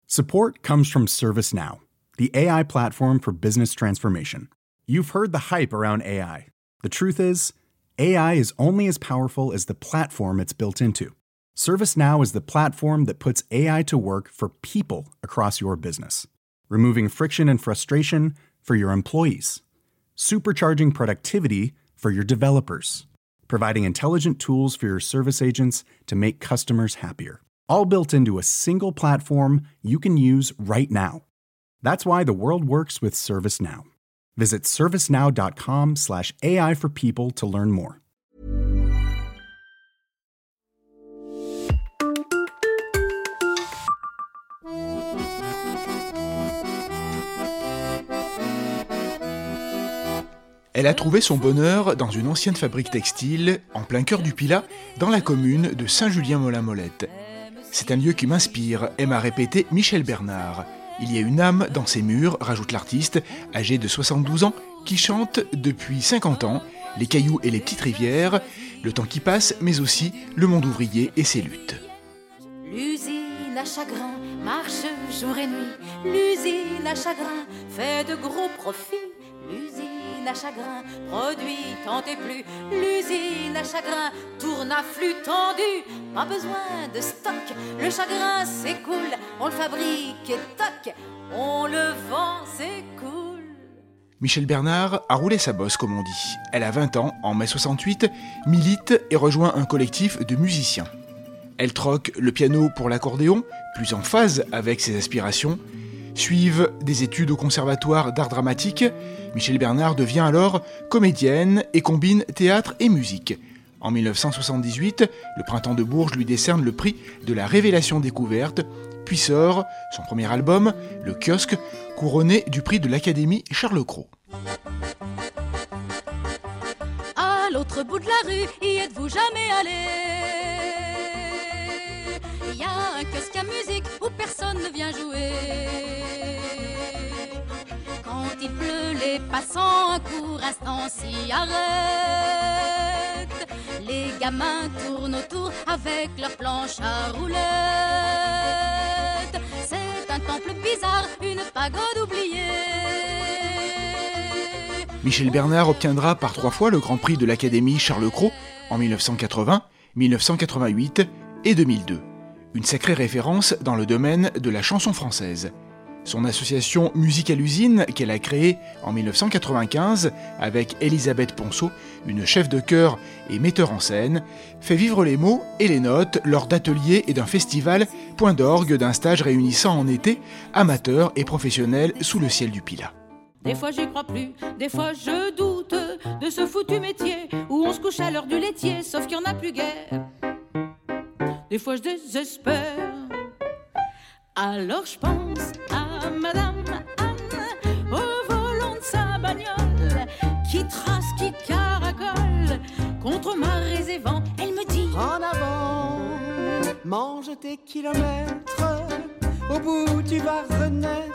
Support comes from ServiceNow, the AI platform for business transformation. You've heard the hype around AI. The truth is, AI is only as powerful as the platform it's built into. ServiceNow is the platform that puts AI to work for people across your business, removing friction and frustration for your employees, supercharging productivity for your developers, providing intelligent tools for your service agents to make customers happier. All built into a single platform you can use right now. That's why the world works with ServiceNow. Visit servicenow.com/AI for people to learn more. Elle a trouvé son bonheur dans une ancienne fabrique textile, en plein cœur du Pilat, dans la commune de Saint-Julien-Molin-Molette. C'est un lieu qui m'inspire, aime à répéter Michel Bernard. Il y a une âme dans ces murs, rajoute l'artiste, âgé de 72 ans, qui chante depuis 50 ans les cailloux et les petites rivières, le temps qui passe, mais aussi le monde ouvrier et ses luttes. L'usine à chagrin marche jour et nuit. L'usine à chagrin fait de gros profits. L'usine à chagrin produit tant et plus. L'usine à chagrin tourne à flux tendu. Pas besoin de stock, le chagrin s'écoule. On le fabrique et toc, on le vend, c'est cool. Michel Bernard a roulé sa bosse, comme on dit. Elle a 20 ans, en mai 68, milite et rejoint un collectif de musiciens. Elle troque le piano pour l'accordéon, plus en phase avec ses aspirations. Suivent des études au conservatoire d'art dramatique. Michel Bernard devient alors comédienne et combine théâtre et musique. En 1978, le Printemps de Bourges lui décerne le prix de la Révélation découverte, puis sort son premier album, Le Kiosque, couronné du prix de l'Académie Charles Cros. À l'autre bout de la rue, y êtes-vous jamais allé? Il y a un kiosque à musique où personne ne vient jouer. Quand il pleut, les passants un court instant s'y arrêtent. Les gamins tournent autour avec leurs planches à roulettes. C'est un temple bizarre, une pagode oubliée. Michel Bernard obtiendra par 3 fois le Grand Prix de l'Académie Charles Cros en 1980, 1988 et 2002. Une sacrée référence dans le domaine de la chanson française. Son association Musique à l'usine, qu'elle a créée en 1995 avec Elisabeth Ponceau, une chef de chœur et metteur en scène, fait vivre les mots et les notes lors d'ateliers et d'un festival, point d'orgue d'un stage réunissant en été amateurs et professionnels sous le ciel du Pilat. Des fois j'y crois plus, des fois je doute de ce foutu métier où on se couche à l'heure du laitier, sauf qu'il n'y en a plus guère. Des fois je désespère, alors je pense à Madame Anne, au volant de sa bagnole, qui trace, qui caracole, contre marées et vents. Elle me dit: en avant, mange tes kilomètres, au bout tu vas renaître.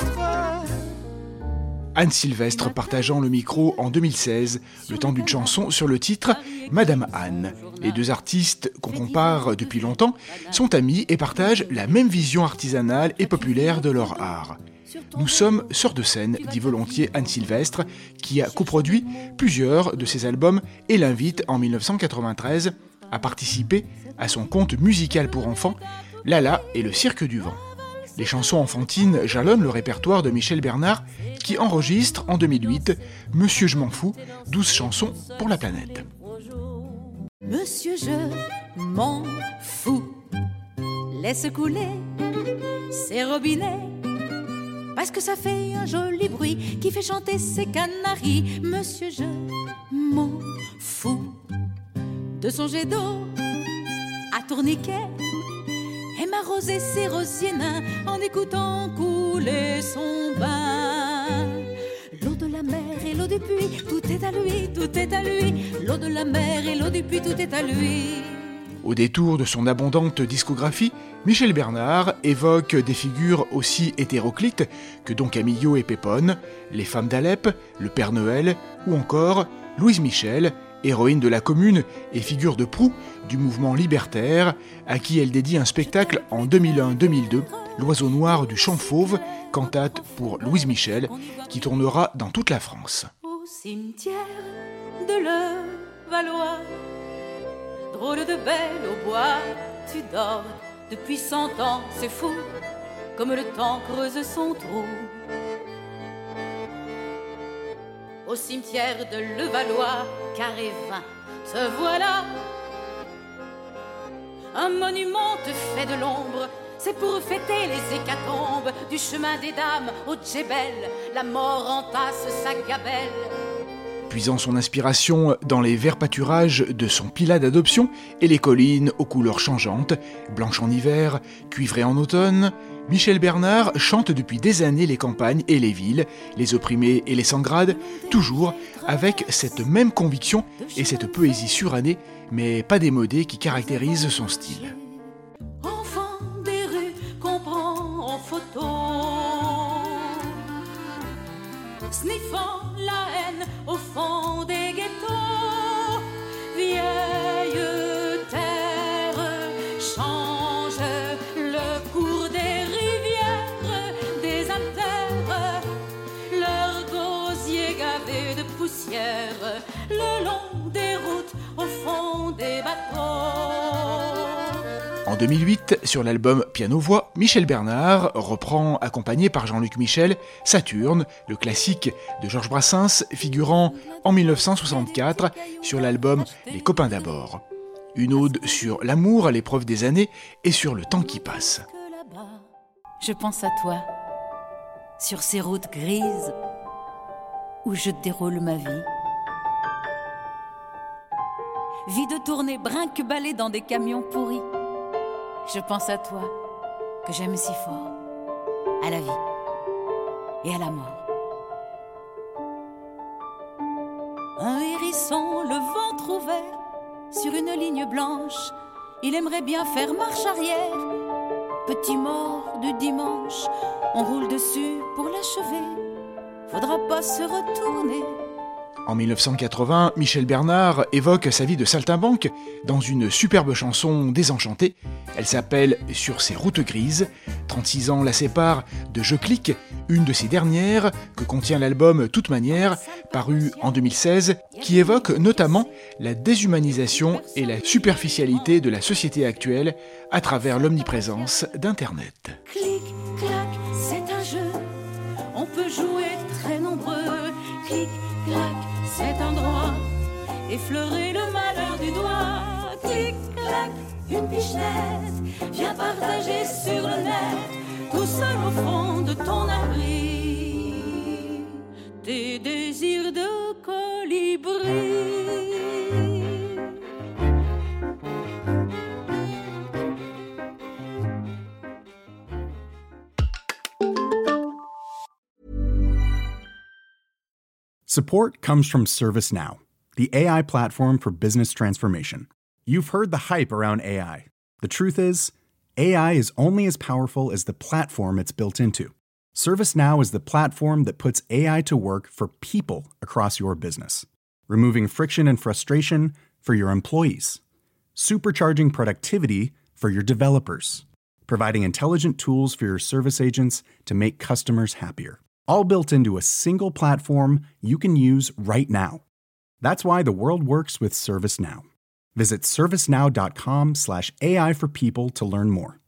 Anne Sylvestre partageant le micro en 2016, le temps d'une chanson sur le titre « Madame Anne ». Les deux artistes, qu'on compare depuis longtemps, sont amis et partagent la même vision artisanale et populaire de leur art. Nous sommes sœurs de scène, dit volontiers Anne Sylvestre, qui a coproduit plusieurs de ses albums et l'invite en 1993 à participer à son conte musical pour enfants, Lala et le Cirque du Vent. Les chansons enfantines jalonnent le répertoire de Michel Bernard, qui enregistre en 2008 « Monsieur je m'en fous », 12 chansons pour la planète. Monsieur je m'en fous, laisse couler ces robinets, parce que ça fait un joli bruit qui fait chanter ces canaris. Monsieur je m'en fous de son jet d'eau à tourniquet et m'arroser ses rosiers nains en écoutant couler son bain. L'eau de la mer et l'eau du puits, tout est à lui, tout est à lui. L'eau de la mer et l'eau du puits, tout est à lui. Au détour de son abondante discographie, Michel Bernard évoque des figures aussi hétéroclites que Don Camillo et Pépone, les femmes d'Alep, le Père Noël ou encore Louise Michel Héroïne de la Commune et figure de proue du mouvement libertaire, à qui elle dédie un spectacle en 2001-2002, L'Oiseau Noir du Champ Fauve, cantate pour Louise Michel, qui tournera dans toute la France. Au cimetière de Levallois, drôle de belle au bois, tu dors depuis 100 ans, c'est fou, comme le temps creuse son trou. Au cimetière de Levallois, carré 20, te voilà. Un monument te fait de l'ombre, c'est pour fêter les hécatombes du chemin des dames au Djebel, la mort entasse sa gabelle. Puisant son inspiration dans les verts pâturages de son Pilat d'adoption et les collines aux couleurs changeantes, blanches en hiver, cuivrées en automne, Michel Bernard chante depuis des années les campagnes et les villes, les opprimés et les sans-grades, toujours avec cette même conviction et cette poésie surannée, mais pas démodée qui caractérise son style. Enfant des rues qu'on prend en photo, sniffant la haine au fond des ghettos, vieille terre change le cours des rivières, des artères, leurs gosiers gavés de poussière, le long des routes au fond des bateaux. En 2008, sur l'album Piano-Voix, Michel Bernard reprend, accompagné par Jean-Luc Michel, Saturne, le classique de Georges Brassens, figurant en 1964 sur l'album Les Copains d'abord. Une ode sur l'amour à l'épreuve des années et sur le temps qui passe. Je pense à toi, sur ces routes grises où je déroule ma vie. Vie de tournée brinque-ballée dans des camions pourris. Je pense à toi, que j'aime si fort, à la vie et à la mort. Un hérisson, le ventre ouvert, sur une ligne blanche, il aimerait bien faire marche arrière. Petit mort du dimanche, on roule dessus pour l'achever, faudra pas se retourner. En 1980, Michel Bernard évoque sa vie de saltimbanque dans une superbe chanson désenchantée. Elle s'appelle « Sur ces routes grises ». 36 ans la séparent de « Je clique », une de ses dernières que contient l'album « Toute manière », paru en 2016, qui évoque notamment la déshumanisation et la superficialité de la société actuelle à travers l'omniprésence d'Internet. Clic, clac, c'est un jeu, on peut jouer très nombreux. Clic, clac, c'est un droit, effleurer le malheur du doigt. Clic, clac, une pichenette, viens partager sur le net, tout seul au fond de ton abri, tes désirs de colibri. Support comes from ServiceNow, the AI platform for business transformation. You've heard the hype around AI. The truth is, AI is only as powerful as the platform it's built into. ServiceNow is the platform that puts AI to work for people across your business, removing friction and frustration for your employees, supercharging productivity for your developers, providing intelligent tools for your service agents to make customers happier. All built into a single platform you can use right now. That's why the world works with ServiceNow. Visit servicenow.com/AI for people to learn more.